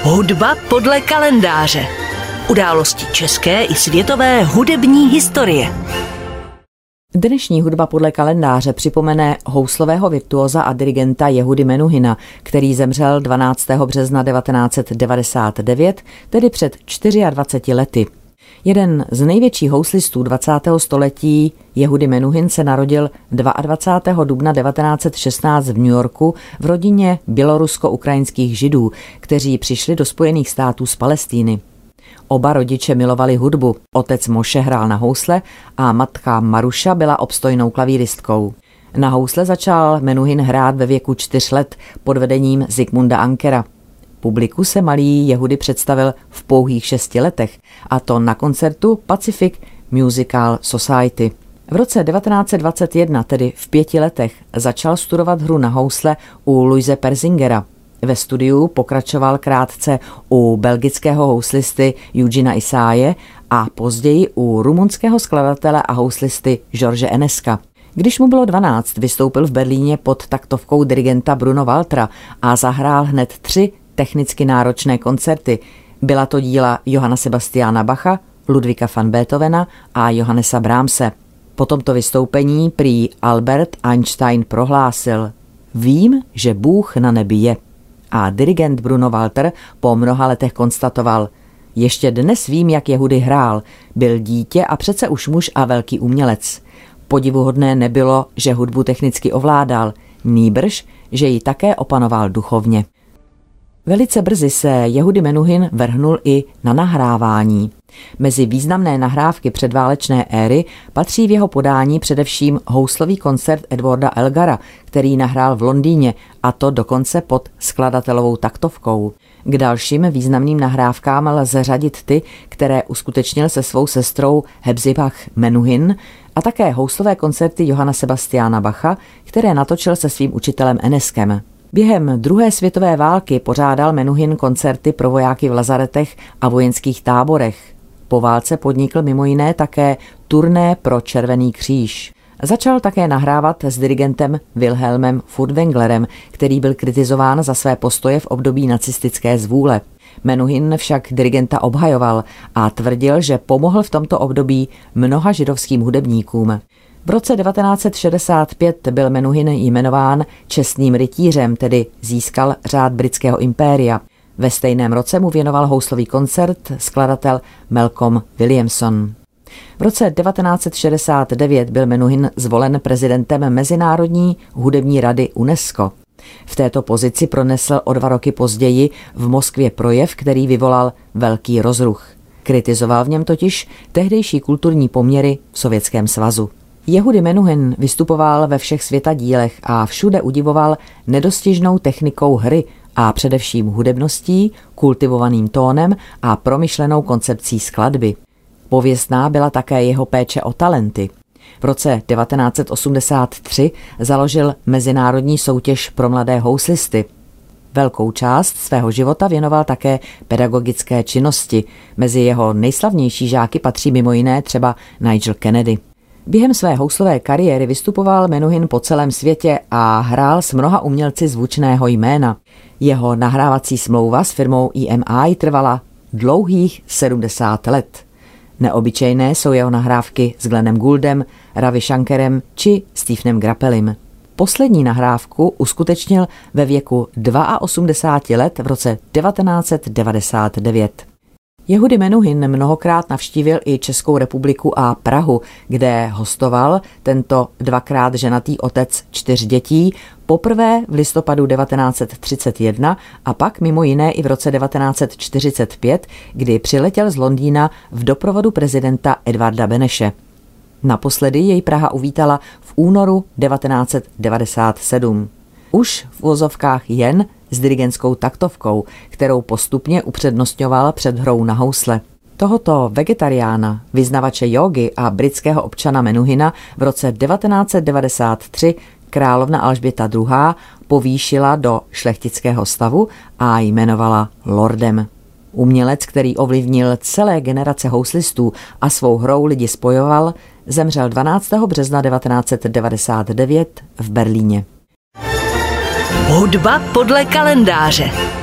Hudba podle kalendáře. Události české i světové hudební historie. Dnešní hudba podle kalendáře připomene houslového virtuóza a dirigenta Jehudy Menuhina, který zemřel 12. března 1999, tedy před 24 lety. Jeden z největších houslistů 20. století, Jehudy Menuhin, se narodil 22. dubna 1916 v New Yorku v rodině bělorusko-ukrajinských Židů, kteří přišli do Spojených států z Palestíny. Oba rodiče milovali hudbu. Otec Moše hrál na housle a matka Maruša byla obstojnou klavíristkou. Na housle začal Menuhin hrát ve věku 4 let pod vedením Zikmunda Ankera. Publiku se malý Jehudy představil v pouhých 6 letech, a to na koncertu Pacific Musical Society. V roce 1921, tedy v 5 letech, začal studovat hru na housle u Louise Perzingera. Ve studiu pokračoval krátce u belgického houslisty Eugena Isaie a později u rumunského skladatele a houslisty George Eneska. Když mu bylo 12, vystoupil v Berlíně pod taktovkou dirigenta Bruno Waltera a zahrál hned 3 technicky náročné koncerty. Byla to díla Johanna Sebastiana Bacha, Ludvíka van Beethovena a Johannesa Brahmse. Po tomto vystoupení prý Albert Einstein prohlásil: "Vím, že Bůh na nebi je." A dirigent Bruno Walter po mnoha letech konstatoval: "Ještě dnes vím, jak Jehudy hrál. Byl dítě a přece už muž a velký umělec. Podivuhodné nebylo, že hudbu technicky ovládal, nýbrž, že ji také opanoval duchovně." Velice brzy se Jehudy Menuhin vrhnul i na nahrávání. Mezi významné nahrávky předválečné éry patří v jeho podání především houslový koncert Edwarda Elgara, který nahrál v Londýně, a to dokonce pod skladatelovou taktovkou. K dalším významným nahrávkám lze řadit ty, které uskutečnil se svou sestrou Hepzibah Menuhin, a také houslové koncerty Johanna Sebastiana Bacha, které natočil se svým učitelem Eneskem. Během druhé světové války pořádal Menuhin koncerty pro vojáky v lazaretech a vojenských táborech. Po válce podnikl mimo jiné také turné pro Červený kříž. Začal také nahrávat s dirigentem Wilhelmem Furtwänglerem, který byl kritizován za své postoje v období nacistické zvůle. Menuhin však dirigenta obhajoval a tvrdil, že pomohl v tomto období mnoha židovským hudebníkům. V roce 1965 byl Menuhin jmenován čestným rytířem, tedy získal řád britského impéria. Ve stejném roce mu věnoval houslový koncert skladatel Malcolm Williamson. V roce 1969 byl Menuhin zvolen prezidentem Mezinárodní hudební rady UNESCO. V této pozici pronesl o 2 roky později v Moskvě projev, který vyvolal velký rozruch. Kritizoval v něm totiž tehdejší kulturní poměry v Sovětském svazu. Jehudy Menuhin vystupoval ve všech světadílech a všude udivoval nedostižnou technikou hry a především hudebností, kultivovaným tónem a promyšlenou koncepcí skladby. Pověstná byla také jeho péče o talenty. V roce 1983 založil mezinárodní soutěž pro mladé houslisty. Velkou část svého života věnoval také pedagogické činnosti. Mezi jeho nejslavnější žáky patří mimo jiné třeba Nigel Kennedy. Během své houslové kariéry vystupoval Menuhin po celém světě a hrál s mnoha umělci zvučného jména. Jeho nahrávací smlouva s firmou EMI trvala dlouhých 70 let. Neobyčejné jsou jeho nahrávky s Glennem Gouldem, Ravi Shankarem či Stephenem Grappelim. Poslední nahrávku uskutečnil ve věku 82 let v roce 1999. Jehudy Menuhin mnohokrát navštívil i Českou republiku a Prahu, kde hostoval tento 2krát ženatý otec 4 dětí, poprvé v listopadu 1931 a pak mimo jiné i v roce 1945, kdy přiletěl z Londýna v doprovodu prezidenta Edvarda Beneše. Naposledy jej Praha uvítala v únoru 1997. Už v uvozovkách jen s dirigentskou taktovkou, kterou postupně upřednostňoval před hrou na housle. Tohoto vegetariána, vyznavače jógy a britského občana Menuhina v roce 1993 královna Alžběta II. Povýšila do šlechtického stavu a jmenovala lordem. Umělec, který ovlivnil celé generace houslistů a svou hrou lidi spojoval, zemřel 12. března 1999 v Berlíně. Hudba podle kalendáře.